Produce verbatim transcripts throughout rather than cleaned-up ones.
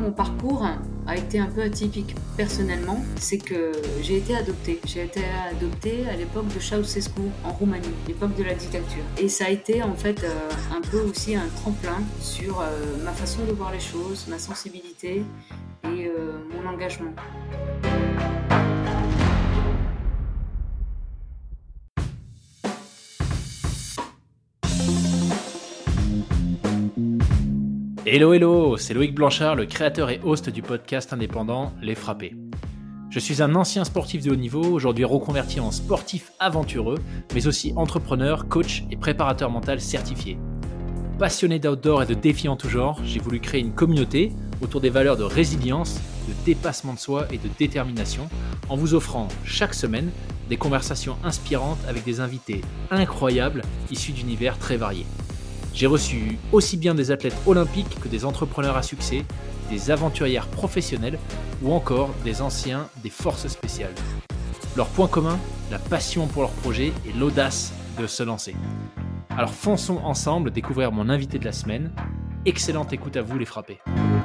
mon parcours a été un peu atypique personnellement, c'est que j'ai été adoptée. J'ai été adoptée à l'époque de Ceausescu en Roumanie, l'époque de la dictature. Et ça a été en fait euh, un peu aussi un tremplin sur euh, ma façon de voir les choses, ma sensibilité et euh, mon engagement. Hello hello, c'est Loïc Blanchard, le créateur et host du podcast indépendant Les Frappés. Je suis un ancien sportif de haut niveau, aujourd'hui reconverti en sportif aventureux, mais aussi entrepreneur, coach et préparateur mental certifié. Passionné d'outdoor et de défis en tout genre, j'ai voulu créer une communauté autour des valeurs de résilience, de dépassement de soi et de détermination, en vous offrant chaque semaine des conversations inspirantes avec des invités incroyables issus d'univers très variés. J'ai reçu aussi bien des athlètes olympiques que des entrepreneurs à succès, des aventurières professionnelles ou encore des anciens des forces spéciales. Leur point commun, la passion pour leur projet et l'audace de se lancer. Alors fonçons ensemble découvrir mon invité de la semaine. Excellente écoute à vous les frappés.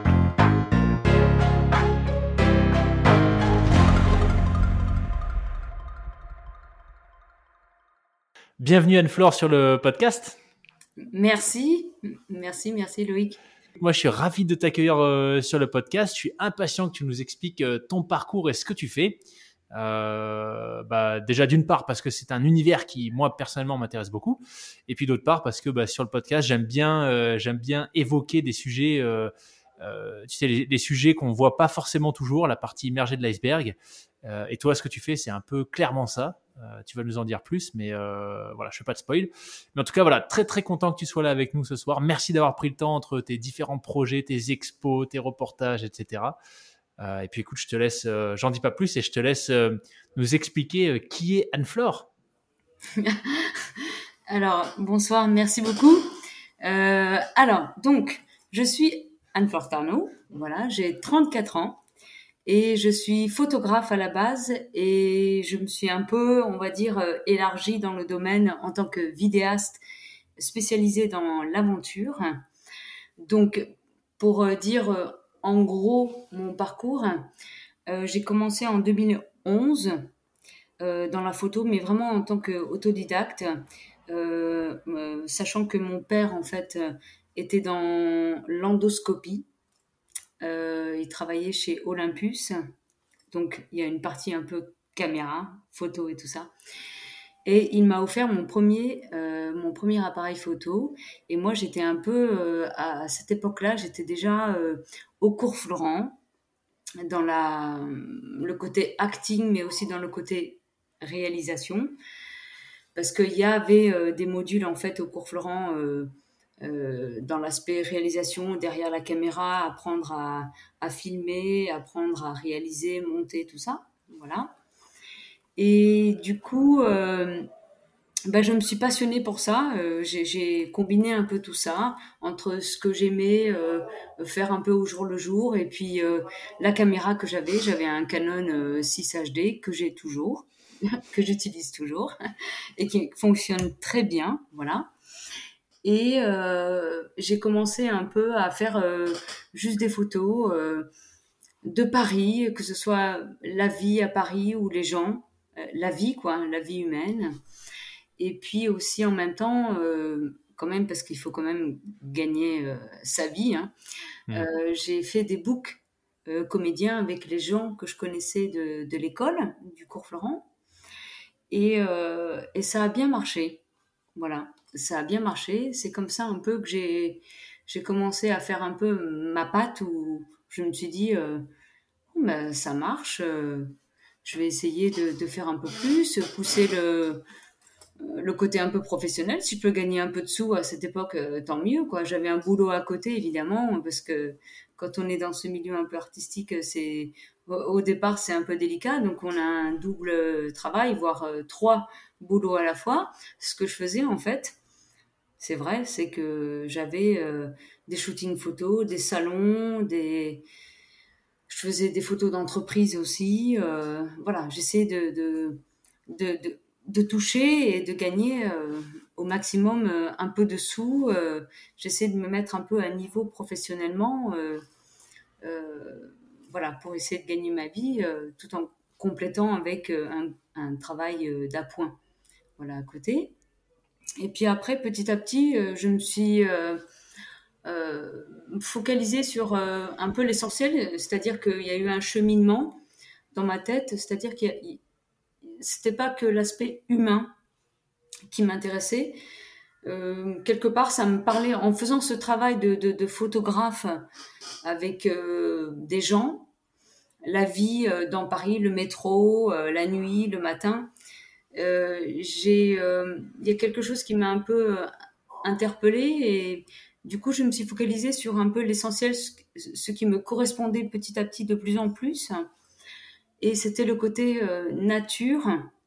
Bienvenue Anne-Flore sur le podcast. Merci, merci, merci Loïc. Moi, je suis ravi de t'accueillir euh, sur le podcast. Je suis impatient que tu nous expliques euh, ton parcours et ce que tu fais. Euh, bah, déjà, d'une part, parce que c'est un univers qui, moi, personnellement, m'intéresse beaucoup. Et puis, d'autre part, parce que bah, sur le podcast, j'aime bien, euh, j'aime bien évoquer des sujets, euh, euh, tu sais, les, les sujets qu'on voit pas forcément toujours, la partie immergée de l'iceberg. Euh, et toi, ce que tu fais, c'est un peu clairement ça. Euh, tu vas nous en dire plus, mais euh, voilà, je ne fais pas de spoil. Mais en tout cas, voilà, très très content que tu sois là avec nous ce soir. Merci d'avoir pris le temps entre tes différents projets, tes expos, tes reportages, et cetera. Euh, et puis écoute, je te laisse, euh, j'en dis pas plus, et je te laisse euh, nous expliquer euh, qui est Anne-Flore. Alors, bonsoir, merci beaucoup. Euh, alors, donc, je suis Anne-Flore Tarnot, voilà, j'ai trente-quatre ans. Et je suis photographe à la base et je me suis un peu, on va dire, euh, élargie dans le domaine en tant que vidéaste spécialisée dans l'aventure. Donc, pour euh, dire euh, en gros mon parcours, euh, j'ai commencé en deux mille onze euh, dans la photo, mais vraiment en tant qu'autodidacte, euh, euh, sachant que mon père, en fait, était dans l'endoscopie. Euh, il travaillait chez Olympus, donc il y a une partie un peu caméra, photo et tout ça. Et il m'a offert mon premier, euh, mon premier appareil photo. Et moi, j'étais un peu, euh, à cette époque-là, j'étais déjà euh, au cours Florent, dans la, le côté acting, mais aussi dans le côté réalisation. Parce qu'il y avait euh, des modules, en fait, au cours Florent, euh, Euh, dans l'aspect réalisation derrière la caméra, apprendre à, à filmer, apprendre à réaliser, monter, tout ça. Voilà. Et du coup, euh, ben, je me suis passionnée pour ça. Euh, j'ai, j'ai combiné un peu tout ça entre ce que j'aimais euh, faire un peu au jour le jour et puis euh, la caméra que j'avais. J'avais un Canon euh, six H D que j'ai toujours, que j'utilise toujours et qui fonctionne très bien. Voilà. Et euh, j'ai commencé un peu à faire euh, juste des photos euh, de Paris, que ce soit la vie à Paris ou les gens, euh, la vie quoi, la vie humaine. Et puis aussi en même temps, euh, quand même parce qu'il faut quand même gagner euh, sa vie, hein, mmh. euh, j'ai fait des books euh, comédiens avec les gens que je connaissais de, de l'école, du cours Florent. Et, euh, et ça a bien marché. Voilà, ça a bien marché. C'est comme ça un peu que j'ai, j'ai commencé à faire un peu ma patte où je me suis dit, euh, oh, ben, ça marche, euh, je vais essayer de, de faire un peu plus, pousser le, le côté un peu professionnel. Si je peux gagner un peu de sous à cette époque, euh, tant mieux, quoi. J'avais un boulot à côté, évidemment, parce que quand on est dans ce milieu un peu artistique, c'est, au, au départ, c'est un peu délicat. Donc, on a un double travail, voire euh, trois boulots à la fois. Ce que je faisais, en fait, c'est vrai, c'est que j'avais euh, des shootings photos, des salons, des... je faisais des photos d'entreprise aussi. Euh, voilà, j'essayais de, de, de, de, de toucher et de gagner euh, au maximum euh, un peu de sous. Euh, j'essayais de me mettre un peu à niveau professionnellement. Euh, euh, voilà, pour essayer de gagner ma vie, euh, tout en complétant avec euh, un, un travail euh, d'appoint, voilà, à côté. Et puis après, petit à petit, euh, je me suis euh, euh, focalisée sur euh, un peu l'essentiel, c'est-à-dire qu'il y a eu un cheminement dans ma tête, c'est-à-dire qu'il y a, c'était pas que l'aspect humain qui m'intéressait. Euh, quelque part, ça me parlait en faisant ce travail de, de, de photographe avec euh, des gens, la vie euh, dans Paris, le métro, euh, la nuit, le matin. Euh, j'ai, euh, il y a quelque chose qui m'a un peu euh, interpellée et du coup, je me suis focalisée sur un peu l'essentiel, ce, ce qui me correspondait petit à petit de plus en plus. Et c'était le côté euh, nature,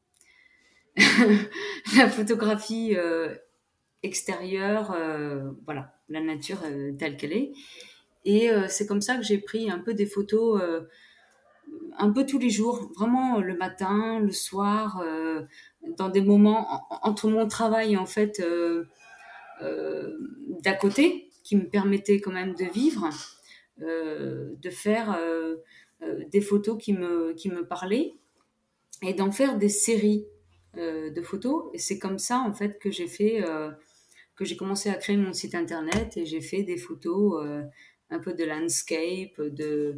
la photographie euh, extérieure, euh, voilà, la nature euh, telle qu'elle est. Et euh, c'est comme ça que j'ai pris un peu des photos, euh, un peu tous les jours, vraiment le matin, le soir, euh, dans des moments en- entre mon travail en fait euh, euh, d'à côté, qui me permettaient quand même de vivre, euh, de faire euh, euh, des photos qui me, qui me parlaient et d'en faire des séries euh, de photos. Et c'est comme ça en fait que j'ai fait, euh, que j'ai commencé à créer mon site internet et j'ai fait des photos euh, un peu de landscape, de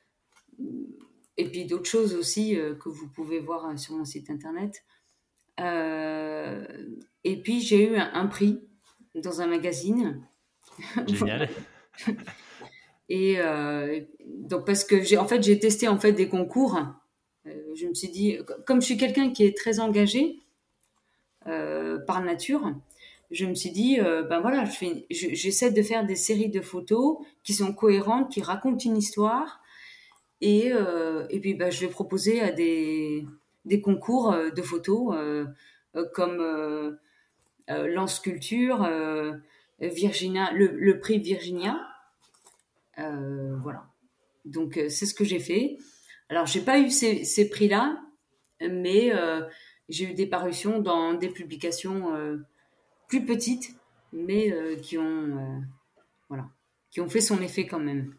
et puis d'autres choses aussi euh, que vous pouvez voir euh, sur mon site internet. Euh, et puis j'ai eu un, un prix dans un magazine. Génial. Et euh, donc parce que j'ai en fait j'ai testé en fait des concours. Euh, je me suis dit, comme je suis quelqu'un qui est très engagé euh, par nature, je me suis dit, euh, ben voilà, je fais, je- j'essaie de faire des séries de photos qui sont cohérentes, qui racontent une histoire. Et, euh, et puis, bah, je vais proposer à des, des concours euh, de photos euh, euh, comme euh, euh, Lance Culture, euh, Virginia, le, le prix Virginia. Euh, voilà. Donc, euh, c'est ce que j'ai fait. Alors, j'ai pas eu ces, ces prix-là, mais euh, j'ai eu des parutions dans des publications euh, plus petites, mais euh, qui ont, euh, voilà, qui ont fait son effet quand même.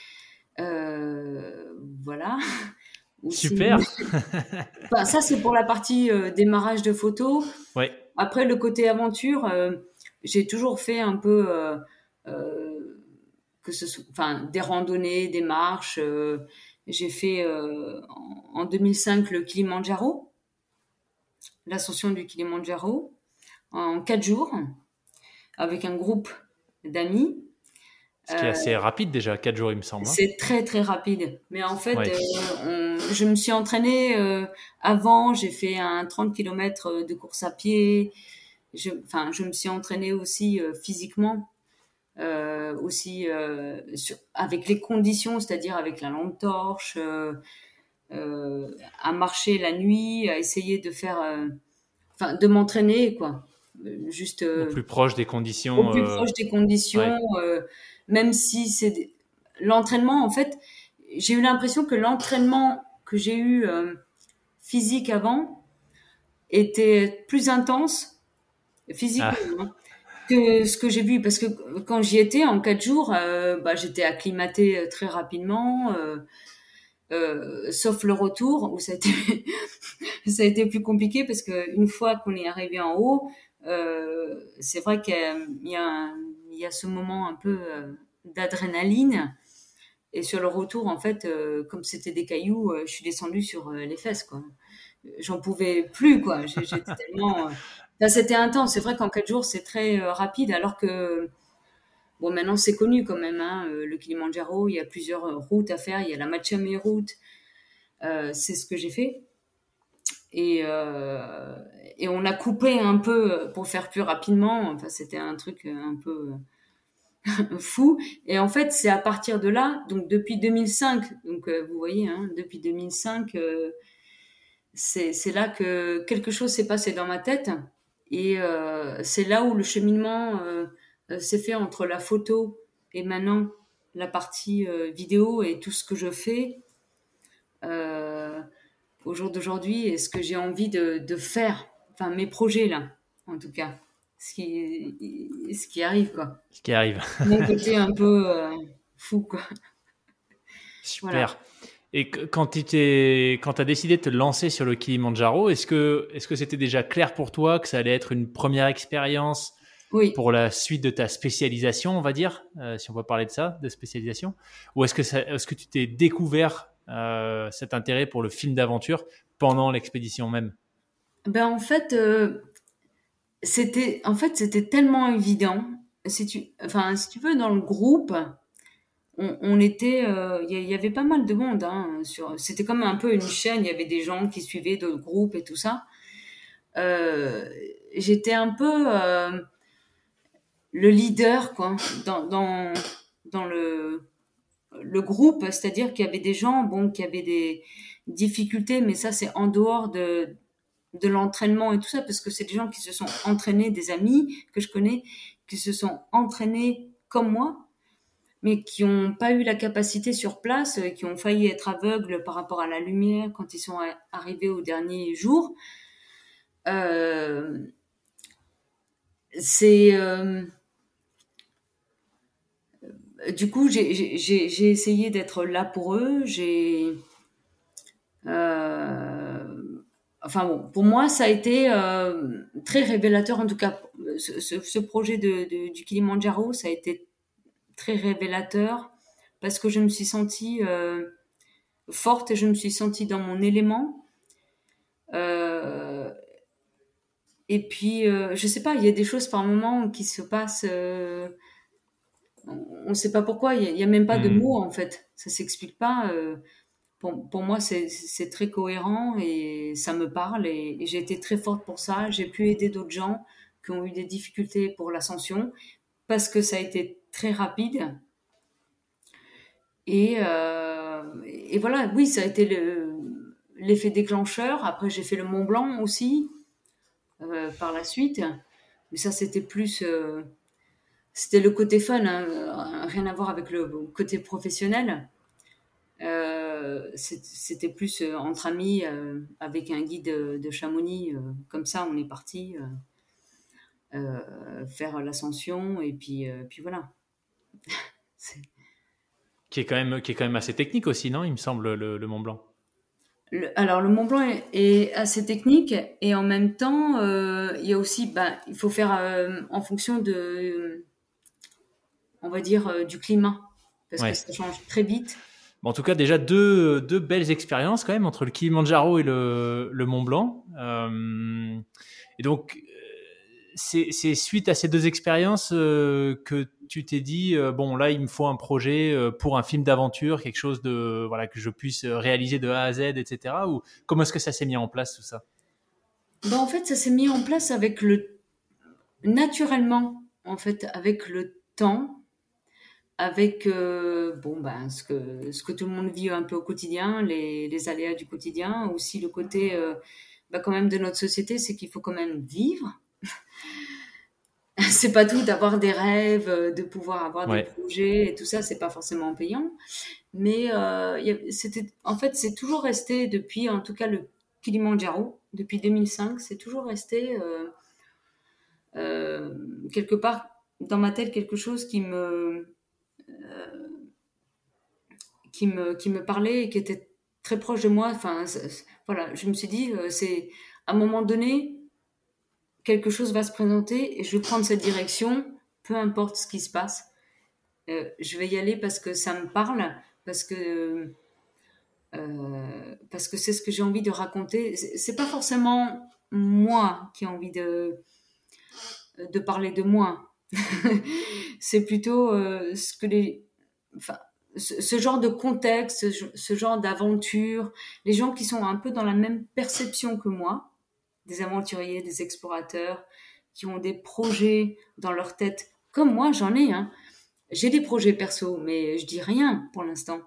Euh, voilà. Aussi. Super. Enfin, ça, c'est pour la partie euh, démarrage de photos. Ouais. Après, le côté aventure, euh, j'ai toujours fait un peu euh, euh, que ce soit, enfin, des randonnées, des marches. Euh, j'ai fait euh, en, en deux mille cinq le Kilimandjaro, l'ascension du Kilimandjaro, en quatre jours, avec un groupe d'amis. Ce qui est Euh, assez rapide déjà, quatre jours il me semble. Hein. c'est très très rapide. Mais en fait, Ouais. euh, on- je me suis entraînée euh, avant. J'ai fait un trente kilomètres de course à pied. Je, enfin, je me suis entraînée aussi euh, physiquement, euh, aussi euh, sur- avec les conditions, c'est-à-dire avec la lampe torche, euh, euh, à marcher la nuit, à essayer de faire, euh, enfin, de m'entraîner, quoi. Euh, Juste Au euh, plus proche des au conditions. plus euh, proche des conditions, Ouais. euh, même si c'est des- l'entraînement, en fait, j'ai eu l'impression que l'entraînement que j'ai eu euh, physique avant était plus intense Ah, physiquement hein, que ce que j'ai vu parce que quand j'y étais en quatre jours, euh, bah, j'étais acclimatée euh, très rapidement, euh, euh, sauf le retour où ça a été ça a été plus compliqué parce que une fois qu'on est arrivé en haut, euh, c'est vrai qu'il y a un- il y a ce moment un peu euh, d'adrénaline et sur le retour en fait euh, comme c'était des cailloux, euh, je suis descendue sur euh, les fesses quoi. J'en pouvais plus quoi. J'ai- J'étais tellement euh, enfin, c'était intense. C'est vrai qu'en quatre jours c'est très euh, rapide alors que bon maintenant c'est connu quand même hein, euh, le Kilimandjaro, il y a plusieurs euh, routes à faire, il y a la Machame route. Euh, c'est ce que j'ai fait. Et, euh, et on a coupé un peu pour faire plus rapidement. Enfin, c'était un truc un peu fou. Et en fait, c'est à partir de là, donc depuis deux mille cinq, donc euh, vous voyez, hein, depuis deux mille cinq, euh, c'est c'est là que quelque chose s'est passé dans ma tête. Et euh, c'est là où le cheminement euh, euh, s'est fait entre la photo et maintenant la partie euh, vidéo et tout ce que je fais. Euh, au jour d'aujourd'hui et ce que j'ai envie de, de faire, enfin mes projets là, en tout cas, ce qui, ce qui arrive quoi. ce qui arrive. Mon côté un peu euh, fou quoi. Super. Voilà. Et quand tu t'es, quand t'as décidé de te lancer sur le Kilimandjaro, est-ce que, est-ce que c'était déjà clair pour toi que ça allait être une première expérience Oui. pour la suite de ta spécialisation, on va dire, euh, si on peut parler de ça, de spécialisation, ou est-ce que ça, est-ce que tu t'es découvert euh, cet intérêt pour le film d'aventure pendant l'expédition même? Ben en fait, euh, c'était, en fait, c'était tellement évident. Si tu, enfin, si tu veux, dans le groupe, on, on était, euh, il y, y avait pas mal de monde. Hein, sur, c'était comme un peu une chaîne. Il y avait des gens qui suivaient d'autres groupes et tout ça. Euh, J'étais un peu euh, le leader, quoi, dans, dans, dans le, le groupe. C'est-à-dire qu'il y avait des gens, bon, qui avaient des difficultés, mais ça, c'est en dehors de de l'entraînement et tout ça, parce que c'est des gens qui se sont entraînés, des amis que je connais, qui se sont entraînés comme moi, mais qui n'ont pas eu la capacité sur place, qui ont failli être aveugles par rapport à la lumière quand ils sont arrivés au dernier jour. Euh, c'est euh, du coup j'ai, j'ai, j'ai essayé d'être là pour eux. J'ai euh, enfin bon, pour moi, ça a été euh, très révélateur. En tout cas, ce, ce, ce projet de, de, du Kilimandjaro, ça a été très révélateur parce que je me suis sentie euh, forte et je me suis sentie dans mon élément. Euh, et puis, euh, je sais pas, il y a des choses par moments qui se passent. Euh, on ne sait pas pourquoi. Il y, a même pas de Hmm. mots en fait. Ça s'explique pas. Euh, pour, pour moi, c'est, c'est très cohérent et ça me parle et, et j'ai été très forte pour ça. J'ai pu aider d'autres gens qui ont eu des difficultés pour l'ascension parce que ça a été très rapide. Et, euh, et voilà, oui, ça a été le, l'effet déclencheur. Après, j'ai fait le Mont Blanc aussi euh, par la suite. Mais ça, c'était plus... euh, c'était le côté fun, hein, rien à voir avec le côté professionnel. Euh, c'était plus euh, entre amis euh, avec un guide de, de Chamonix. Euh, comme ça, on est parti euh, euh, faire l'ascension et puis, euh, puis voilà. C'est- Qui est quand même, qui est quand même assez technique aussi, non? Il me semble, le, le Mont Blanc. Le- alors le Mont Blanc est, est assez technique et en même temps, euh, il y a aussi, bah, il faut faire euh, en fonction de, on va dire, euh, du climat parce que Ouais. ça change très vite. Bon, en tout cas, déjà deux, deux belles expériences quand même entre le Kilimandjaro et le, le Mont Blanc. Euh, et donc, euh, c'est, c'est suite à ces deux expériences euh, que tu t'es dit, euh, bon, là, il me faut un projet euh, pour un film d'aventure, quelque chose de, voilà, que je puisse réaliser de A à Z, et cetera. Ou comment est-ce que ça s'est mis en place tout ça? Bah, en fait, ça s'est mis en place avec le naturellement, en fait, avec le temps, avec euh, bon ben ce que ce que tout le monde vit un peu au quotidien, les, les aléas du quotidien, aussi le côté euh, bah, quand même de notre société, c'est qu'il faut quand même vivre. C'est pas tout d'avoir des rêves, euh, de pouvoir avoir des Ouais, projets et tout ça, c'est pas forcément payant. Mais euh, il y a- c'était, en fait, c'est toujours resté depuis, en tout cas le Kilimandjaro, depuis deux mille cinq, c'est toujours resté euh, euh, quelque part dans ma tête quelque chose qui me, qui me, qui me parlait et qui était très proche de moi. Enfin, c'est- voilà, je me suis dit, euh, c'est à un moment donné, quelque chose va se présenter et je vais prendre cette direction, peu importe ce qui se passe. Euh, je vais y aller parce que ça me parle, parce que euh, parce que c'est ce que j'ai envie de raconter. C'est c'est pas forcément moi qui ai envie de de parler de moi. C'est plutôt euh, ce que les, enfin, ce, ce genre de contexte, ce, ce genre d'aventure, les gens qui sont un peu dans la même perception que moi, des aventuriers, des explorateurs, qui ont des projets dans leur tête, comme moi j'en ai, hein. J'ai des projets perso, mais je dis rien pour l'instant.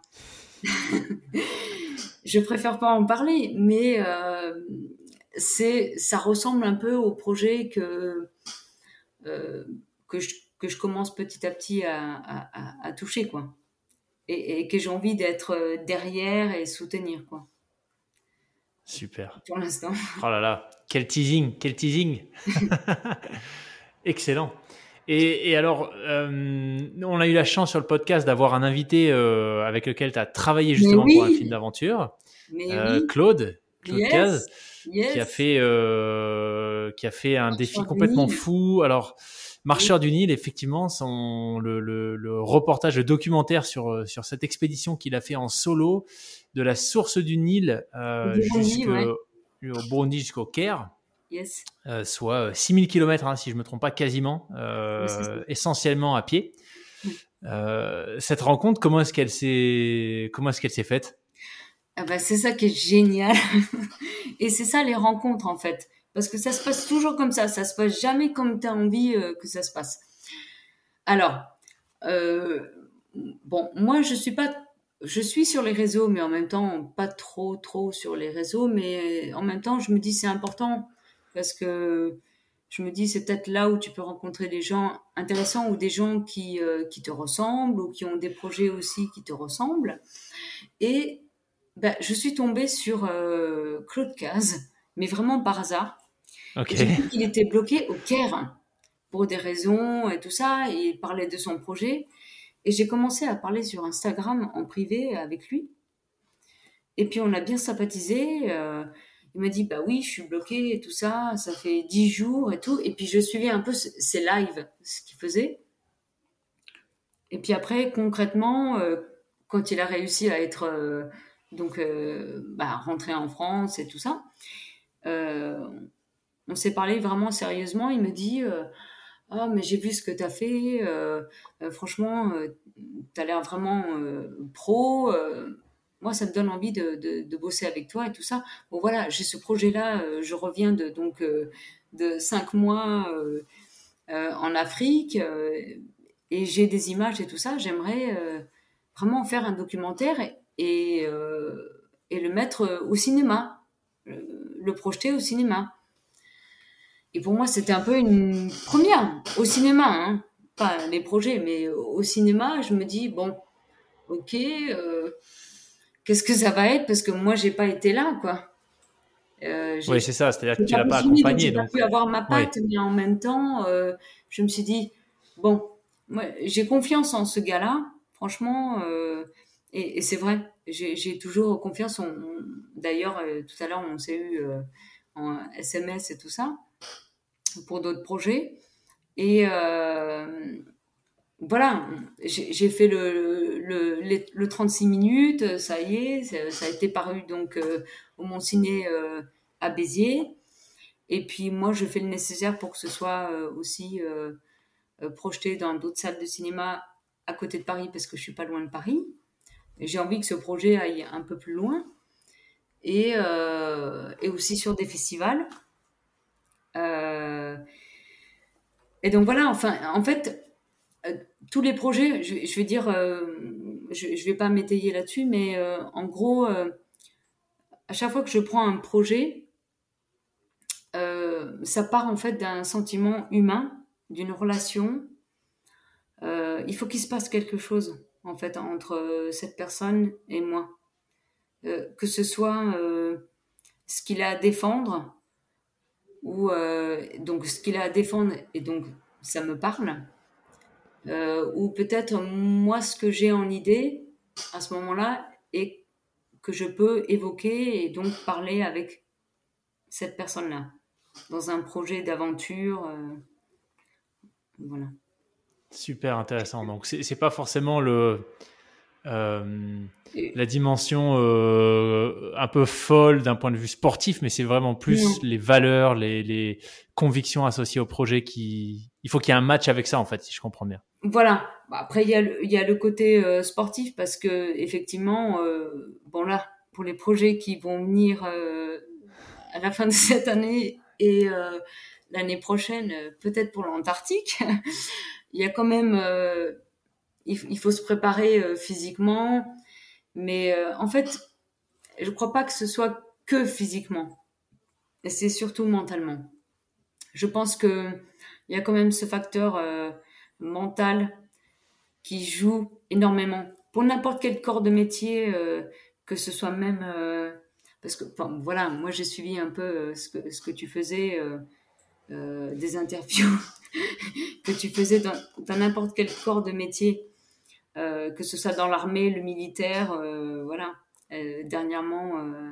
Je préfère pas en parler, mais euh, c'est, ça ressemble un peu au projet que euh, que je que je commence petit à petit à, à, à, à toucher, quoi, et, et que j'ai envie d'être derrière et soutenir, quoi, super. pour l'instant. Oh là là, quel teasing, quel teasing. Excellent. Et, et alors, euh, on a eu la chance sur le podcast d'avoir un invité euh, avec lequel tu as travaillé Mais justement pour un film oui, d'aventure, mais euh, oui, Claude, Claude Caz, yes, qui a yes. fait, euh, qui a fait un défi Marcheur du complètement Nil. fou. Alors, Oui, Marcheur du Nil, effectivement, son, le, le, le reportage, le documentaire sur, sur cette expédition qu'il a fait en solo, de la source du Nil au euh, Burundi, jusqu'au ouais, au Burundi, jusqu'au Caire. yes. Euh, soit six mille kilomètres, hein, si je ne me trompe pas, quasiment, Ouais, c'est euh, ça. essentiellement à pied. Ouais. Euh, cette rencontre, comment est-ce qu'elle s'est, comment est-ce qu'elle s'est faite? Ah bah, c'est ça qui est génial. Et c'est ça les rencontres en fait. Parce que ça se passe toujours comme ça. Ça se passe jamais comme tu as envie euh, que ça se passe. Alors, euh, bon, moi je suis pas, je suis sur les réseaux, mais en même temps pas trop, trop sur les réseaux. Mais en même temps, je me dis c'est important parce que je me dis c'est peut-être là où tu peux rencontrer des gens intéressants ou des gens qui euh, qui te ressemblent ou qui ont des projets aussi qui te ressemblent. Et ben, je suis tombée sur euh, Claude Caz, mais vraiment par hasard. Et Ok. j'ai vu qu'il était bloqué au Caire pour des raisons et tout ça. Et il parlait de son projet. Et j'ai commencé à parler sur Instagram en privé avec lui. Et puis on a bien sympathisé. Euh, il m'a dit bah oui, je suis bloqué et tout ça. Ça fait dix jours et tout. Et puis je suivais un peu ses lives, ce qu'il faisait. Et puis après, concrètement, euh, quand il a réussi à être euh, donc euh, bah, rentré en France et tout ça, euh, on s'est parlé vraiment sérieusement. Il me dit euh, ah mais j'ai vu ce que t'as fait, euh, euh, franchement, euh, t'as l'air vraiment euh, pro. Euh, moi, ça me donne envie de, de, de bosser avec toi et tout ça. Bon voilà, j'ai ce projet-là. Euh, je reviens de donc euh, de cinq mois euh, euh, en Afrique. Euh, et j'ai des images et tout ça. J'aimerais euh, vraiment faire un documentaire et, et, euh, et le mettre au cinéma, le, le projeter au cinéma. Et pour moi, c'était un peu une première au cinéma, hein. Pas les projets, mais au cinéma, je me dis bon, ok, euh, qu'est-ce que ça va être parce que moi, j'ai pas été là, quoi. Euh, j'ai Oui, c'est ça. C'est-à-dire que j'ai tu pas l'as pu pas filmer, donc accompagné, j'ai pas donc. pu avoir ma Oui. patte, mais en même temps, euh, je me suis dit bon, moi, j'ai confiance en ce gars-là, franchement, euh, et, et c'est vrai, j'ai j'ai toujours confiance. On, on- d'ailleurs, euh, tout à l'heure, on s'est eu euh, en S M S et tout ça pour d'autres projets, et euh, voilà, j'ai j'ai fait le, le, les- le trente-six minutes, ça y est, ça, ça a été paru donc euh, au Mont Ciné euh, à Béziers. Et puis moi, je fais le nécessaire pour que ce soit euh, aussi euh, euh, projeté dans d'autres salles de cinéma à côté de Paris parce que je suis pas loin de Paris. Et j'ai envie que ce projet aille un peu plus loin et, euh, et aussi sur des festivals. Euh, et donc voilà, enfin, en fait, euh, tous les projets, je, je vais dire, euh, je, je vais pas m'étayer là-dessus, mais euh, en gros, euh, à chaque fois que je prends un projet, euh, ça part en fait d'un sentiment humain, d'une relation. Euh, il faut qu'il se passe quelque chose en fait entre euh, cette personne et moi. Euh, que ce soit euh, ce qu'il a à défendre ou euh, donc ce qu'il a à défendre et donc ça me parle. Euh, ou peut-être moi ce que j'ai en idée à ce moment-là et que je peux évoquer et donc parler avec cette personne-là dans un projet d'aventure. Euh, voilà. Super intéressant. Donc, c'est c'est pas forcément le, euh, Et, la dimension euh, un peu folle d'un point de vue sportif, mais c'est vraiment plus non. les valeurs, les, les convictions associées au projet qui. Il faut qu'il y ait un match avec ça, en fait, si je comprends bien. Voilà. Après, il y a le, il y a le côté euh, sportif parce que effectivement, euh, bon là, pour les projets qui vont venir euh, à la fin de cette année et euh, l'année prochaine, euh, peut-être pour l'Antarctique, il y a quand même, euh, il, il faut se préparer euh, physiquement, mais euh, en fait, je crois pas que ce soit que physiquement, et c'est surtout mentalement. Je pense que il y a quand même ce facteur euh, mental qui joue énormément pour n'importe quel corps de métier, euh, que ce soit même euh, parce que enfin, voilà, moi j'ai suivi un peu euh, ce que ce que tu faisais, euh, euh, des interviews que tu faisais dans, dans n'importe quel corps de métier, euh, que ce soit dans l'armée, le militaire, euh, voilà. Euh, dernièrement, euh,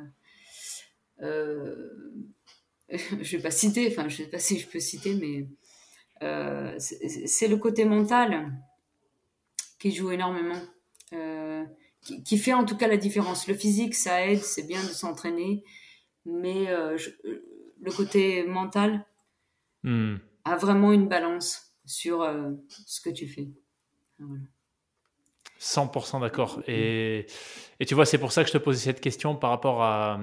euh, je vais pas citer, enfin, je sais pas si je peux citer, mais euh, c'est, c'est le côté mental qui joue énormément, euh, qui, qui fait en tout cas la différence. Le physique, ça aide, c'est bien de s'entraîner, mais euh, je, le côté mental Hmm. a vraiment une balance sur euh, ce que tu fais. Voilà. cent pour cent d'accord. Et, et tu vois, c'est pour ça que je te posais cette question par rapport à,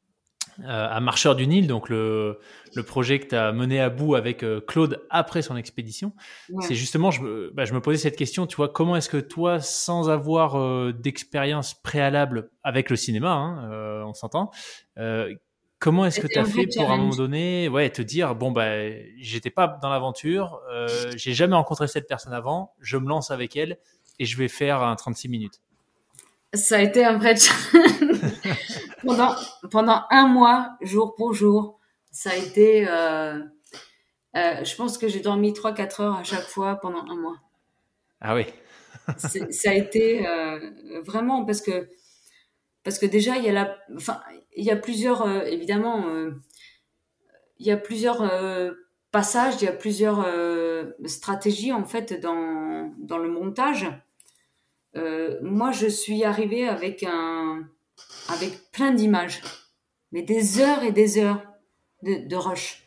à Marcheurs du Nil, donc le, le projet que tu as mené à bout avec Claude après son expédition. Ouais. C'est justement, je me, bah, je me posais cette question, tu vois, comment est-ce que toi, sans avoir euh, d'expérience préalable avec le cinéma, hein, euh, on s'entend, euh, comment est-ce que C'était tu as un vrai fait pour à un moment challenge. donné ouais, te dire, bon, bah, j'étais pas dans l'aventure, euh, j'ai jamais rencontré cette personne avant, je me lance avec elle et je vais faire un trente-six minutes. Ça a été un vrai challenge. pendant, pendant un mois, jour pour jour, ça a été... Euh, euh, je pense que j'ai dormi trois quatre heures à chaque fois pendant un mois. Ah oui. C'est, ça a été euh, vraiment parce que parce que déjà il y a la, enfin il y a plusieurs euh, évidemment euh, il y a plusieurs euh, passages, il y a plusieurs euh, stratégies en fait dans dans le montage. Euh, moi, je suis arrivée avec un avec plein d'images, mais des heures et des heures de, de rush.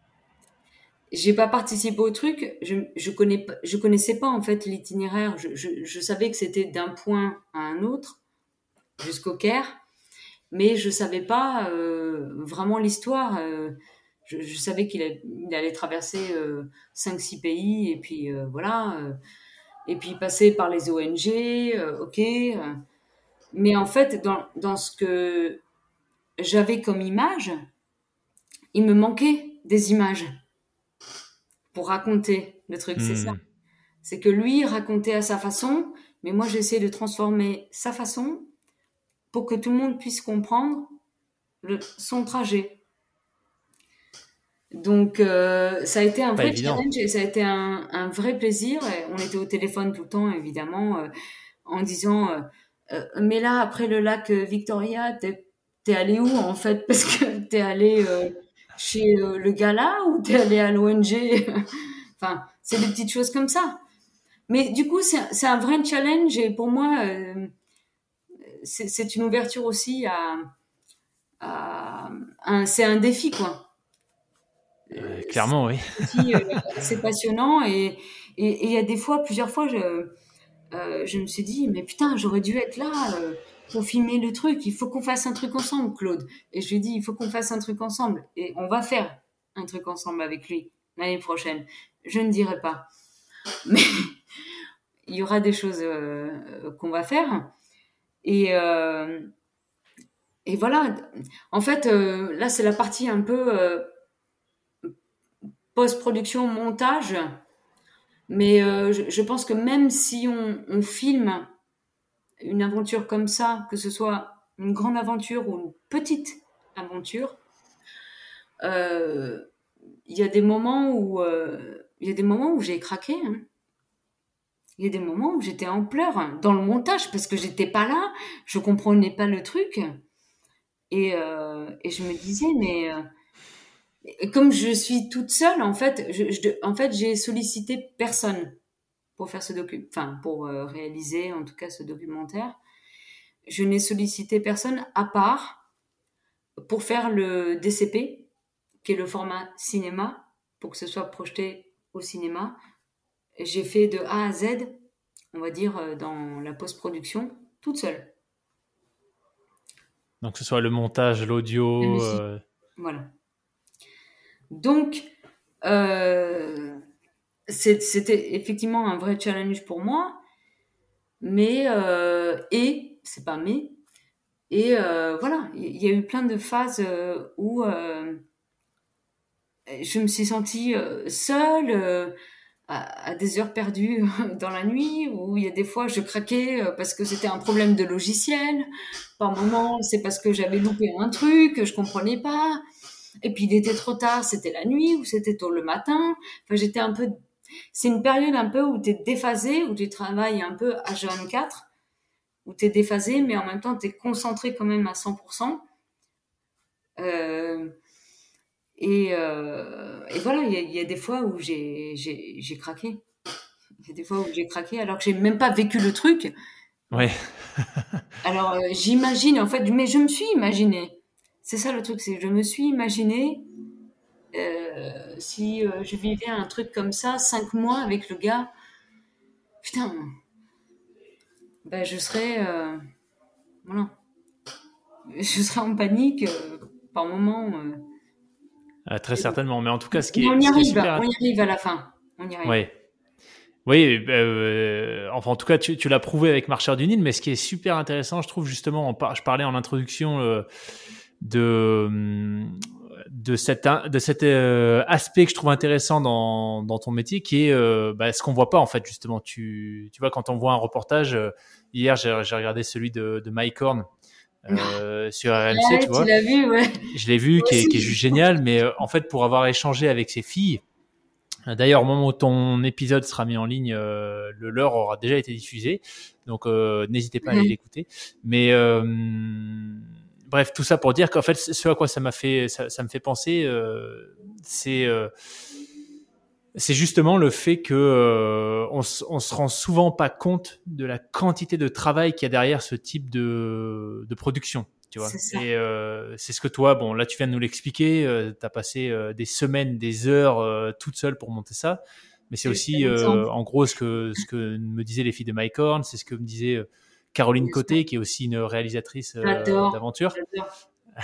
J'ai pas participé au truc, je je connais pas- je connaissais pas en fait l'itinéraire. Je, je je savais que c'était d'un point à un autre jusqu'au Caire, mais je savais pas euh, vraiment l'histoire. Euh, je, je savais qu'il allait, il allait traverser euh, cinq six pays et puis euh, voilà, euh, et puis passer par les O N G, euh, ok. euh. Mais en fait, dans dans ce que j'avais comme image, il me manquait des images pour raconter le truc. C'est ça. Hmm. C'est que lui racontait à sa façon, mais moi j'essaie de transformer sa façon pour que tout le monde puisse comprendre le, son trajet. Donc euh, ça a été un Pas vrai évident. challenge et ça a été un, un vrai plaisir. Et on était au téléphone tout le temps évidemment euh, en disant euh, euh, mais là après le lac Victoria t'es t'es allé où en fait parce que t'es allé euh, chez euh, le gars là ou t'es allé à l'O N G. Enfin c'est des petites choses comme ça. Mais du coup c'est c'est un vrai challenge et pour moi euh, c'est c'est une ouverture aussi à, à un, c'est un défi quoi. Euh, C'est clairement, oui. aussi, euh, c'est passionnant et et il y a des fois, plusieurs fois, je, euh, je me suis dit, mais putain, j'aurais dû être là euh, pour filmer le truc. Il faut qu'on fasse un truc ensemble, Claude. Et je lui ai dit, il faut qu'on fasse un truc ensemble. Et on va faire un truc ensemble avec lui l'année prochaine. Je ne dirai pas, mais il y aura des choses euh, euh, qu'on va faire. Et, euh, et voilà. En fait, euh, là, c'est la partie un peu euh, post-production, montage. Mais euh, je, je pense que même si on, on filme une aventure comme ça, que ce soit une grande aventure ou une petite aventure, euh, il y a des moments où euh, il y a des moments où j'ai craqué. Hein. Il y a des moments où j'étais en pleurs hein, dans le montage parce que j'étais pas là, je comprenais pas le truc et, euh, et je me disais mais euh, et comme je suis toute seule en fait, je, je, en fait j'ai sollicité personne pour faire ce docu, enfin pour euh, réaliser en tout cas ce documentaire. Je n'ai sollicité personne à part pour faire le D C P, qui est le format cinéma, pour que ce soit projeté au cinéma. J'ai fait de A à Z, on va dire, euh, dans la post-production, toute seule. Donc, que ce soit le montage, La l'audio. musique, euh, voilà. Donc, euh, c'est- c'était effectivement un vrai challenge pour moi, mais euh, et c'est pas mais et euh, voilà, il y a eu plein de phases euh, où euh, je me suis sentie euh, seule euh, à, à des heures perdues dans la nuit, où il y a des fois je craquais euh, parce que c'était un problème de logiciel. Par moments, c'est parce que j'avais loupé un truc que je comprenais pas. Et puis il était trop tard, c'était la nuit ou c'était tôt le matin. Enfin, j'étais un peu. C'est une période un peu où tu es déphasé, où tu travailles un peu H vingt-quatre, où tu es déphasé, mais en même temps tu es concentré quand même à cent pour cent. Euh, et, euh, et voilà, il y a, y a des fois où j'ai, j'ai, j'ai craqué. Il y a des fois où j'ai craqué alors que j'ai même pas vécu le truc. Ouais. Alors euh, j'imagine en fait, mais je me suis imaginé. C'est ça le truc, c'est que je me suis imaginé euh, si euh, je vivais un truc comme ça, cinq mois avec le gars. Putain, ben je serais, euh, voilà, je serais en panique euh, par moment. Euh, Euh, très certainement. Mais en tout cas, ce qui mais on est, y ce qui est arrive, super. on y arrive à la fin. On y arrive. Ouais. Oui, euh, enfin en tout cas tu, tu l'as prouvé avec Marcheur du Nil, mais ce qui est super intéressant, je trouve justement, on par, je parlais en introduction euh, de de cet de cet euh, aspect que je trouve intéressant dans dans ton métier, qui est euh, bah, ce qu'on voit pas en fait justement. Tu tu vois quand on voit un reportage, euh, hier j'ai, j'ai regardé celui de de Mike Horn euh, sur R M C, Ouais, tu tu vois, l'as vu, ouais. je l'ai vu, Moi qui est, aussi. qui est juste génial, mais euh, en fait pour avoir échangé avec ses filles. D'ailleurs, au moment où ton épisode sera mis en ligne, euh, le leur aura déjà été diffusé, donc euh, n'hésitez pas à aller l'écouter. Mais euh, bref, tout ça pour dire qu'en fait, ce à quoi ça m'a fait, ça, ça me fait penser, euh, c'est euh, c'est justement le fait que euh, on, on se rend souvent pas compte de la quantité de travail qu'il y a derrière ce type de, de production. Tu vois. C'est ça. Et euh, c'est ce que toi, bon, là tu viens de nous l'expliquer, euh, tu as passé euh, des semaines, des heures euh, toute seule pour monter ça, mais c'est C'est c'est aussi un euh, exemple, en gros ce que, ce que me disaient les filles de Mike Horn, c'est ce que me disait euh, Caroline bien sûr. Côté, qui est aussi une réalisatrice euh, J'adore, d'aventure. j'adore,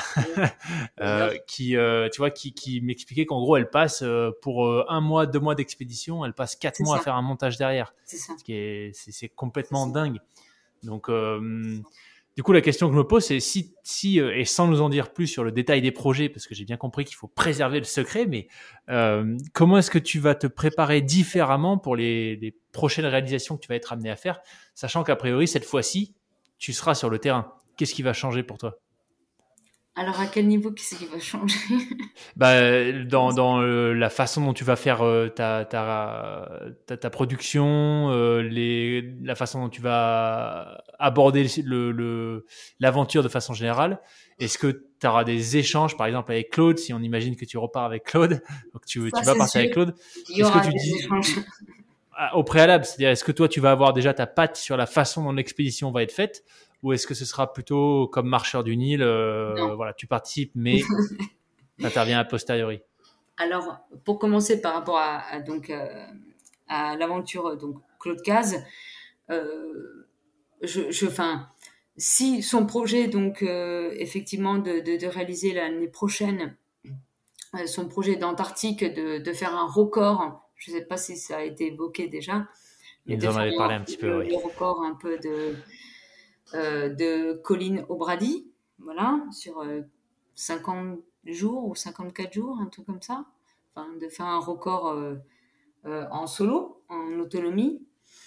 euh, j'adore. qui, euh, tu vois, qui, qui m'expliquait qu'en gros, elle passe euh, pour euh, un mois, deux mois d'expédition, elle passe quatre C'est mois à ça, faire un montage derrière, c'est ça, ce qui est, c'est, c'est c'est complètement ça. dingue. Donc, euh, du coup, la question que je me pose, c'est si, si euh, et sans nous en dire plus sur le détail des projets, parce que j'ai bien compris qu'il faut préserver le secret, mais euh, comment est-ce que tu vas te préparer différemment pour les, les prochaines réalisations que tu vas être amené à faire, sachant qu'a priori, cette fois-ci, tu seras sur le terrain. Qu'est-ce qui va changer pour toi? Alors, à quel niveau qu'est-ce qui va changer? Bah, dans, dans euh, la façon dont tu vas faire euh, ta, ta, ta, ta production, euh, les, la façon dont tu vas aborder le, le, l'aventure de façon générale. Est-ce que tu auras des échanges, par exemple, avec Claude, si on imagine que tu repars avec Claude, donc tu, Ça, tu vas c'est partir sûr. avec Claude, Il y est-ce que aura tu des dis échanges. au préalable, c'est-à-dire est-ce que toi tu vas avoir déjà ta patte sur la façon dont l'expédition va être faite, ou est-ce que ce sera plutôt comme Marcheur du Nil, euh, Non. voilà, tu participes, mais tu interviens a posteriori? Alors, pour commencer par rapport à, à donc euh, à l'aventure donc Claude Cazes, euh, je, je, enfin, si son projet donc euh, effectivement de, de, de réaliser l'année prochaine euh, son projet d'Antarctique de, de faire un record, je ne sais pas si ça a été évoqué déjà, Il mais nous de en faire avait parlé un un- petit peu, le, oui. le record un peu de euh, de Colline O'Brady, voilà, sur euh, cinquante jours ou cinquante-quatre jours, un truc comme ça. Enfin, de faire un record euh, euh, en solo, en autonomie.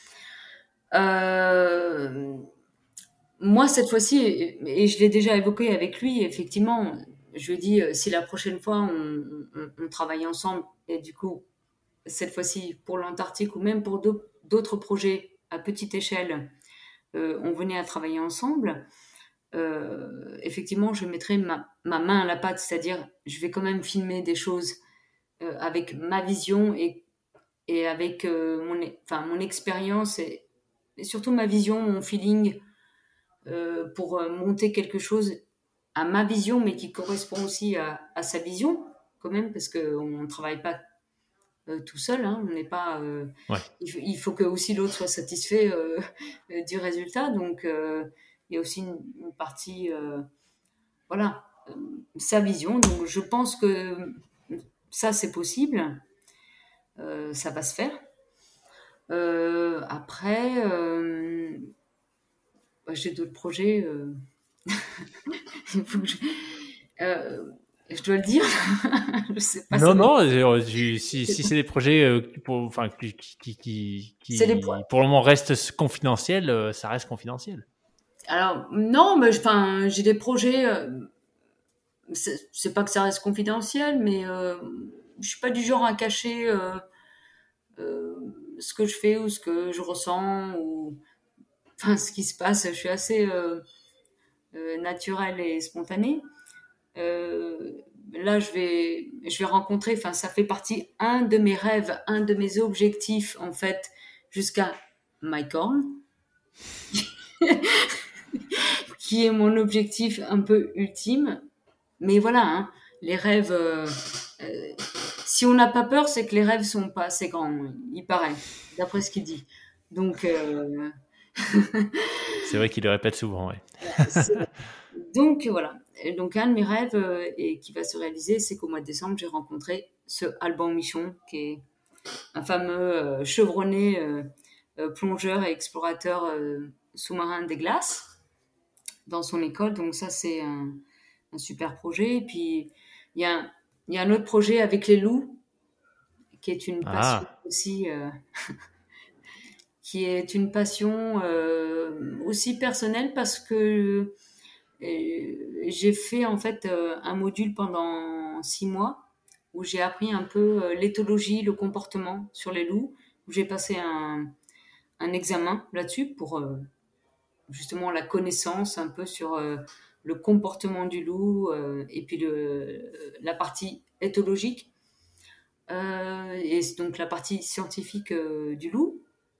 Euh, Moi, cette fois-ci, et et je l'ai déjà évoqué avec lui, effectivement, je lui ai dit, euh, si la prochaine fois on, on- on travaille ensemble, et du coup, cette fois-ci pour l'Antarctique ou même pour d'au- d'autres projets à petite échelle, euh, on venait à travailler ensemble, euh, effectivement, je mettrai ma, ma main à la pâte, c'est-à-dire je vais quand même filmer des choses euh, avec ma vision et, et avec euh, mon, enfin, mon expérience et, et surtout ma vision, mon feeling euh, pour euh, monter quelque chose à ma vision, mais qui correspond aussi à, à sa vision quand même, parce qu'on ne travaille pas euh, tout seul, hein, on n'est pas. Euh, Ouais. il, faut, il faut que aussi l'autre soit satisfait euh, du résultat, donc euh, il y a aussi une, une partie. Euh, voilà, euh, sa vision. Donc je pense que ça, c'est possible. Euh, ça va se faire. Euh, après, euh, bah, j'ai d'autres projets. Euh, il faut que je, euh, je dois le dire. Je sais pas, ça Non, va. non, euh, je- si, si c'est des projets euh, qui pour, enfin, qui, qui, qui, C'est les qui, pour le moment restent confidentiels, euh, ça reste confidentiel. Alors non, mais enfin, j'ai des projets. Euh, c'est, c'est pas que ça reste confidentiel, mais euh, je suis pas du genre à cacher euh, euh, ce que je fais ou ce que je ressens ou enfin ce qui se passe. Je suis assez euh, euh, naturelle et spontanée. Euh, Là, je vais, je vais rencontrer, enfin, ça fait partie un de mes rêves, un de mes objectifs, en fait, jusqu'à Mike Horn, qui est mon objectif un peu ultime. Mais voilà, hein, les rêves, euh, euh, si on n'a pas peur, c'est que les rêves sont pas assez grands, il paraît, d'après ce qu'il dit. Donc, euh, C'est vrai qu'il le répète souvent, ouais. c'est- donc voilà. Et donc un de mes rêves euh, et qui va se réaliser, c'est qu'au mois de décembre, j'ai rencontré ce Alban Michon, qui est un fameux euh, chevronné euh, euh, plongeur et explorateur euh, sous-marin des glaces dans son école. Donc ça, c'est un, un super projet. Et puis, il y a, un- il y a un autre projet avec les loups, qui est une passion Ah, aussi, euh, qui est une passion euh, aussi personnelle parce que euh, j'ai fait en fait euh, un module pendant six mois où j'ai appris un peu euh, l'éthologie, le comportement sur les loups, où j'ai passé un, un examen là-dessus pour euh, justement la connaissance un peu sur euh, le comportement du loup euh, et puis le, la partie éthologique euh, et donc la partie scientifique euh, du loup.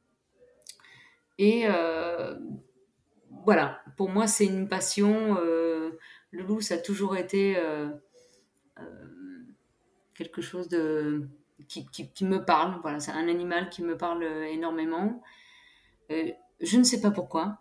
Et euh, voilà, pour moi c'est une passion. Euh, le loup, ça a toujours été euh, quelque chose de qui, qui, qui me parle. Voilà, c'est un animal qui me parle énormément. Euh, je ne sais pas pourquoi,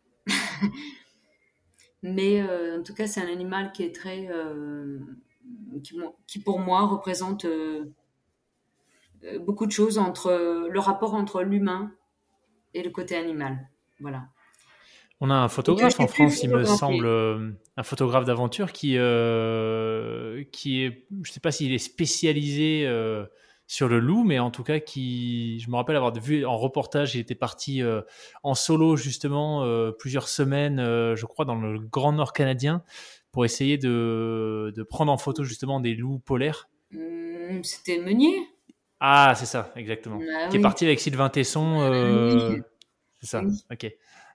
mais euh, en tout cas, c'est un animal qui est très, euh, qui, qui pour moi représente euh, beaucoup de choses entre euh, le rapport entre l'humain et le côté animal. Voilà. on a un Et que photographe en j'ai pu France, il me semble, photographier. euh, un photographe d'aventure qui, euh, qui est, je sais pas s'il est spécialisé euh, sur le loup, mais en tout cas qui, je me rappelle avoir vu en reportage, il était parti euh, en solo justement euh, plusieurs semaines, euh, je crois, dans le Grand Nord canadien pour essayer de, de prendre en photo justement des loups polaires. Hum, C'était Meunier. Ah, c'est ça, exactement. Ah Qui est oui, parti avec Sylvain Tesson. ah Euh... oui, C'est ça, oui. ok.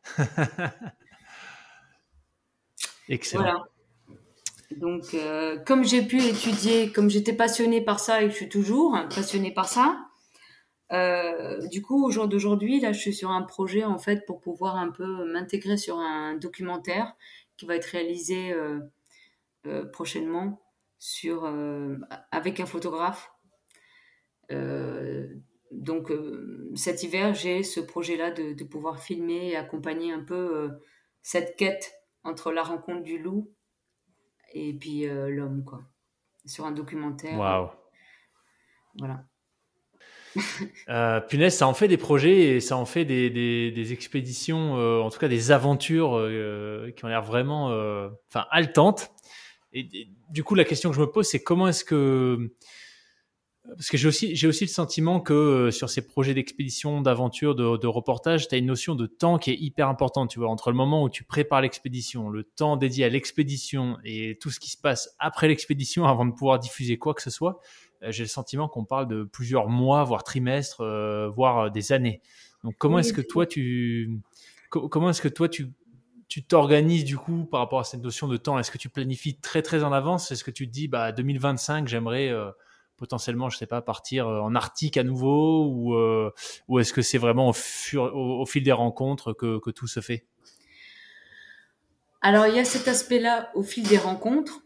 Excellent. Voilà. Donc, euh, comme j'ai pu étudier, comme j'étais passionnée par ça et que je suis toujours hein, passionnée par ça, euh, du coup, au jour d'aujourd'hui, là, je suis sur un projet en fait pour pouvoir un peu m'intégrer sur un documentaire qui va être réalisé euh, euh, prochainement sur euh, avec un photographe. Euh, donc, euh, cet hiver, j'ai ce projet-là de, de pouvoir filmer et accompagner un peu euh, cette quête entre la rencontre du loup et puis euh, l'homme, quoi, sur un documentaire. Waouh. Voilà. Euh, punaise, ça en fait des projets et ça en fait des, des, des expéditions, euh, en tout cas des aventures euh, qui ont l'air vraiment euh, enfin, haletantes. Et, et du coup, la question que je me pose, c'est comment est-ce que... Parce que j'ai aussi, j'ai aussi le sentiment que euh, sur ces projets d'expédition, d'aventure, de, de reportage, tu as une notion de temps qui est hyper importante, tu vois, entre le moment où tu prépares l'expédition, le temps dédié à l'expédition et tout ce qui se passe après l'expédition avant de pouvoir diffuser quoi que ce soit. Euh, j'ai le sentiment qu'on parle de plusieurs mois, voire trimestres, euh, voire euh, des années. Donc, comment est-ce Oui, que toi, tu, co- comment est-ce que toi, tu, tu t'organises du coup par rapport à cette notion de temps? Est-ce que tu planifies très très en avance? Est-ce que tu te dis, bah, deux mille vingt-cinq, j'aimerais euh, potentiellement, je sais pas, partir euh, en Arctique à nouveau ou, euh, ou est-ce que c'est vraiment au, fur, au, au fil des rencontres que, que tout se fait? alors il y a cet aspect-là au fil des rencontres.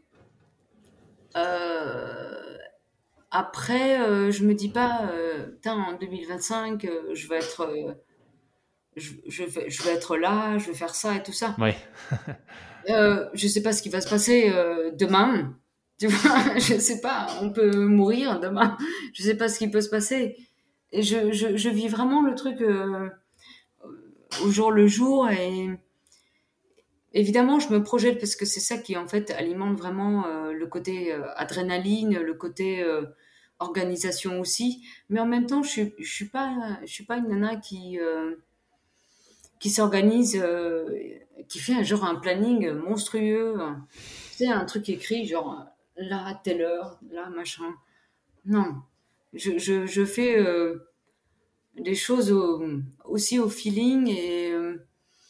Euh, Après, euh, je me dis pas, euh, putain, en deux mille vingt-cinq, euh, je vais être, euh, je, je vais, je vais être là, je vais faire ça et tout ça. Ouais. Euh, je sais pas ce qui va se passer euh, demain. Tu vois, je sais pas. On peut mourir demain. Je sais pas ce qui peut se passer. Et je, je, je vis vraiment le truc euh, au jour le jour et évidemment, je me projette parce que c'est ça qui en fait alimente vraiment euh, le côté euh, adrénaline, le côté euh, organisation aussi. Mais en même temps, je suis, je suis pas, je suis pas une nana qui euh, qui s'organise, euh, qui fait un genre un planning monstrueux. sais, un truc écrit, genre là, à telle heure, là, machin. Non. Je, je, je fais euh, des choses au- aussi au feeling et euh,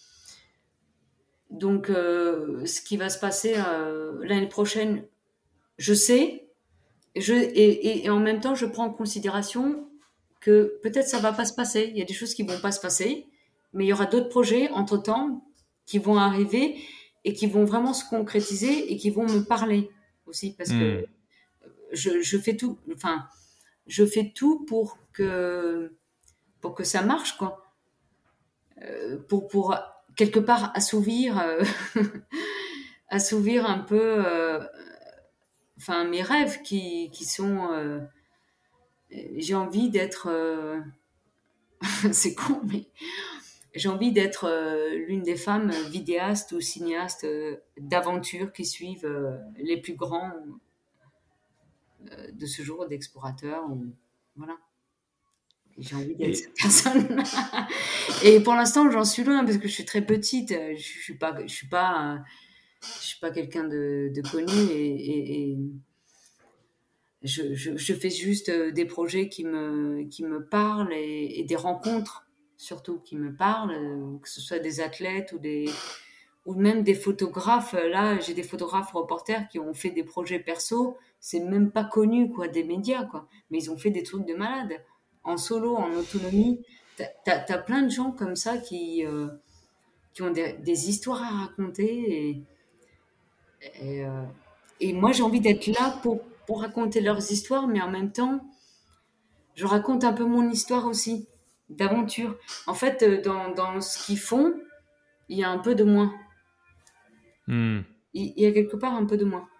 donc euh, ce qui va se passer euh, l'année prochaine, je sais. Et, je, et, et, et en même temps, je prends en considération que peut-être ça va pas se passer. Il y a des choses qui vont pas se passer, mais il y aura d'autres projets entre-temps qui vont arriver et qui vont vraiment se concrétiser et qui vont me parler aussi parce que Hmm. je, je fais tout, enfin, je fais tout pour que, pour que ça marche, quoi. Euh, pour, pour quelque part assouvir, euh, assouvir un peu, euh, enfin, mes rêves qui, qui sont, euh, j'ai envie d'être, euh, c'est con, mais j'ai envie d'être euh, l'une des femmes vidéastes ou cinéastes euh, d'aventure qui suivent euh, les plus grands euh, de ce jour, d'explorateurs. Ou... Voilà. Et j'ai envie d'être Et cette personne. Et pour l'instant, j'en suis loin parce que je suis très petite. Je, je suis pas, je suis pas, euh, je suis pas quelqu'un de, de connu et, et, et je, je, je, fais juste euh, des projets qui me, qui me parlent et, et des rencontres surtout qui me parlent, euh, que ce soit des athlètes ou des ou même des photographes. Là, j'ai des photographes reporters qui ont fait des projets perso, c'est même pas connu quoi des médias quoi, mais ils ont fait des trucs de malade en solo, en autonomie. T'as, t'as, t'as plein de gens comme ça qui euh, qui ont des, des histoires à raconter et et, euh, et moi j'ai envie d'être là pour pour raconter leurs histoires, mais en même temps je raconte un peu mon histoire aussi d'aventure. En fait, euh, dans dans ce qu'ils font, il y a un peu de moi. hmm. Il, il y a quelque part un peu de moi.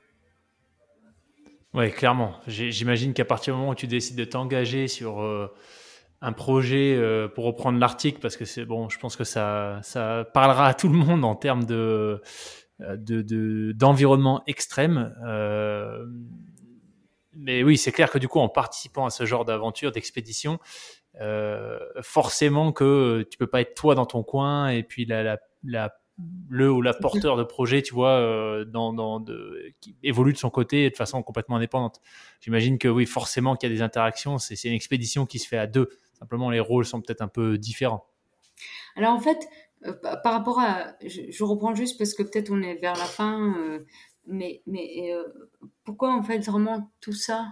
Ouais, clairement. J'ai- J'imagine qu'à partir du moment où tu décides de t'engager sur euh, un projet, euh, pour reprendre l'article, parce que c'est bon, je pense que ça, ça parlera à tout le monde en termes de, euh, de, de- d'environnement extrême. Euh, mais oui, c'est clair que du coup, en participant à ce genre d'aventure, d'expédition, euh, forcément que tu peux pas être toi dans ton coin et puis la, la, la le ou la porteur de projet, tu vois, euh, dans, dans de, qui évolue de son côté de façon complètement indépendante. J'imagine que oui, forcément qu'il y a des interactions. C'est, c'est une expédition qui se fait à deux. Simplement, les rôles sont peut-être un peu différents. Alors en fait, euh, par par rapport à, je, je reprends juste parce que peut-être on est vers la fin, euh, mais mais euh, pourquoi en fait vraiment tout ça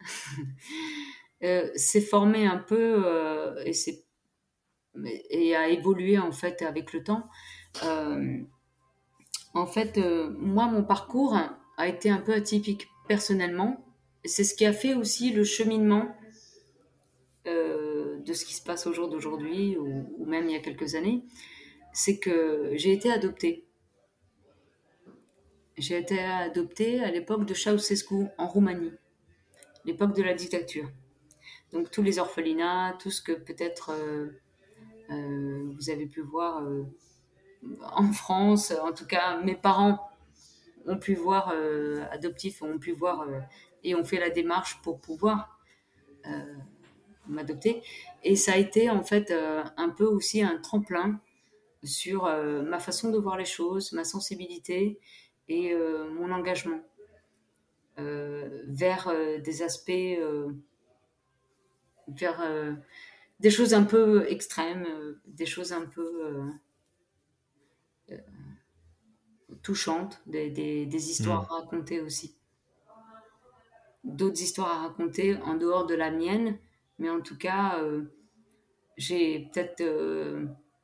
euh, s'est formé un peu euh, et c'est et a évolué en fait avec le temps. Euh, En fait, euh, moi mon parcours a été un peu atypique personnellement. C'est ce qui a fait aussi le cheminement euh, de ce qui se passe au jour d'aujourd'hui ou, ou même il y a quelques années. C'est que j'ai été adoptée. J'ai été adoptée à l'époque de Ceausescu en Roumanie, l'époque de la dictature. Donc tous les orphelinats, tout ce que peut-être euh, euh, vous avez pu voir euh, en France, en tout cas mes parents ont pu voir euh, adoptifs, ont pu voir euh, et ont fait la démarche pour pouvoir euh, m'adopter. Et ça a été en fait euh, un peu aussi un tremplin sur euh, ma façon de voir les choses, ma sensibilité et euh, mon engagement euh, vers euh, des aspects, euh, vers euh, des choses un peu extrêmes, euh, des choses un peu euh, touchantes, des, des, des histoires Hmm. à raconter aussi. D'autres histoires à raconter en dehors de la mienne, mais en tout cas, euh, j'ai peut-être euh,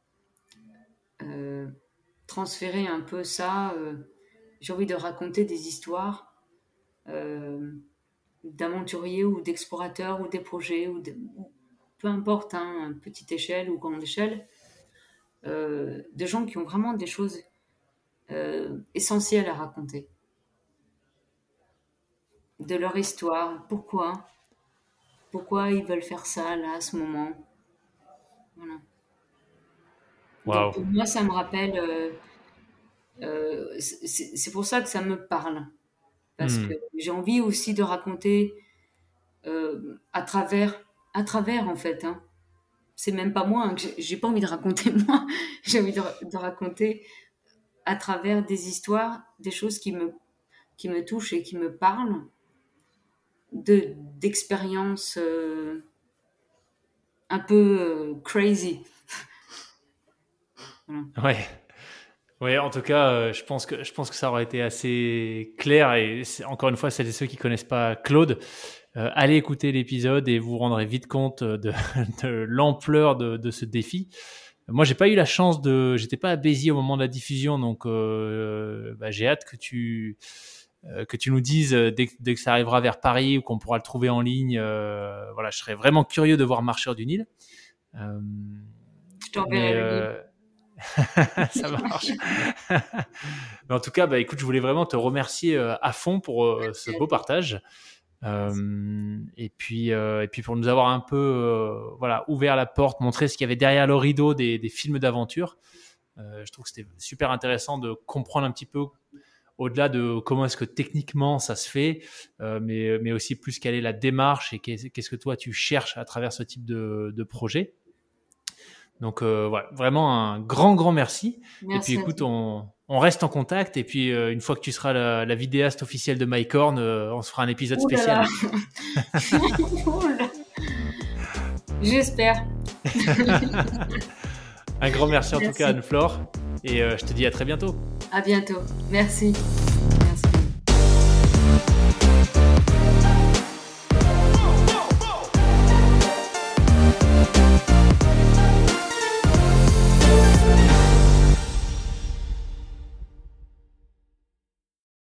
euh, transféré un peu ça. Euh, j'ai envie de raconter des histoires euh, d'aventuriers ou d'explorateurs ou des projets, ou, de, ou peu importe, hein, petite échelle ou grande échelle, euh, de gens qui ont vraiment des choses euh, essentielles à raconter, de leur histoire, pourquoi, pourquoi ils veulent faire ça là, à ce moment. Voilà. Donc Waouh. pour moi, ça me rappelle, euh, euh, c'est c'est pour ça que ça me parle, parce que Hmm. j'ai envie aussi de raconter euh, à travers, à travers en fait. Hein. C'est même pas moi, hein, que j'ai j'ai pas envie de raconter moi, j'ai envie de, de raconter à travers des histoires, des choses qui me, qui me touchent et qui me parlent, de, d'expériences euh, un peu euh, crazy. Voilà. Ouais. Ouais, en tout cas, euh, je pense que je pense que ça aurait été assez clair. Et encore une fois, celles et ceux qui connaissent pas Claude, euh, allez écouter l'épisode et vous vous rendrez vite compte de, de l'ampleur de, de ce défi. Moi, j'ai pas eu la chance de, j'étais pas à Béziers au moment de la diffusion, donc euh, bah, j'ai hâte que tu euh, que tu nous dises dès, dès que ça arrivera vers Paris ou qu'on pourra le trouver en ligne. Euh, voilà, je serais vraiment curieux de voir Marcheurs du Nil. Euh, je t'enverrai le livre. Ça marche. Mais en tout cas, bah, écoute, je voulais vraiment te remercier euh, à fond pour euh, ce beau partage. Euh, et puis, euh, et puis pour nous avoir un peu, euh, voilà, ouvert la porte, montrer ce qu'il y avait derrière le rideau des, des films d'aventure. Euh, je trouve que c'était super intéressant de comprendre un petit peu au-delà de comment est-ce que techniquement ça se fait, euh, mais, mais aussi plus quelle est la démarche et qu'est-ce, qu'est-ce que toi tu cherches à travers ce type de, de projet. Donc euh, voilà, vraiment un grand, grand merci. merci et puis écoute, on, on reste en contact. Et puis euh, une fois que tu seras la, la vidéaste officielle de MyCorn, euh, on se fera un épisode Ouh spécial. J'espère. Un grand merci en merci. tout cas Anne-Flore. Et euh, je te dis à très bientôt. À bientôt. Merci. Merci.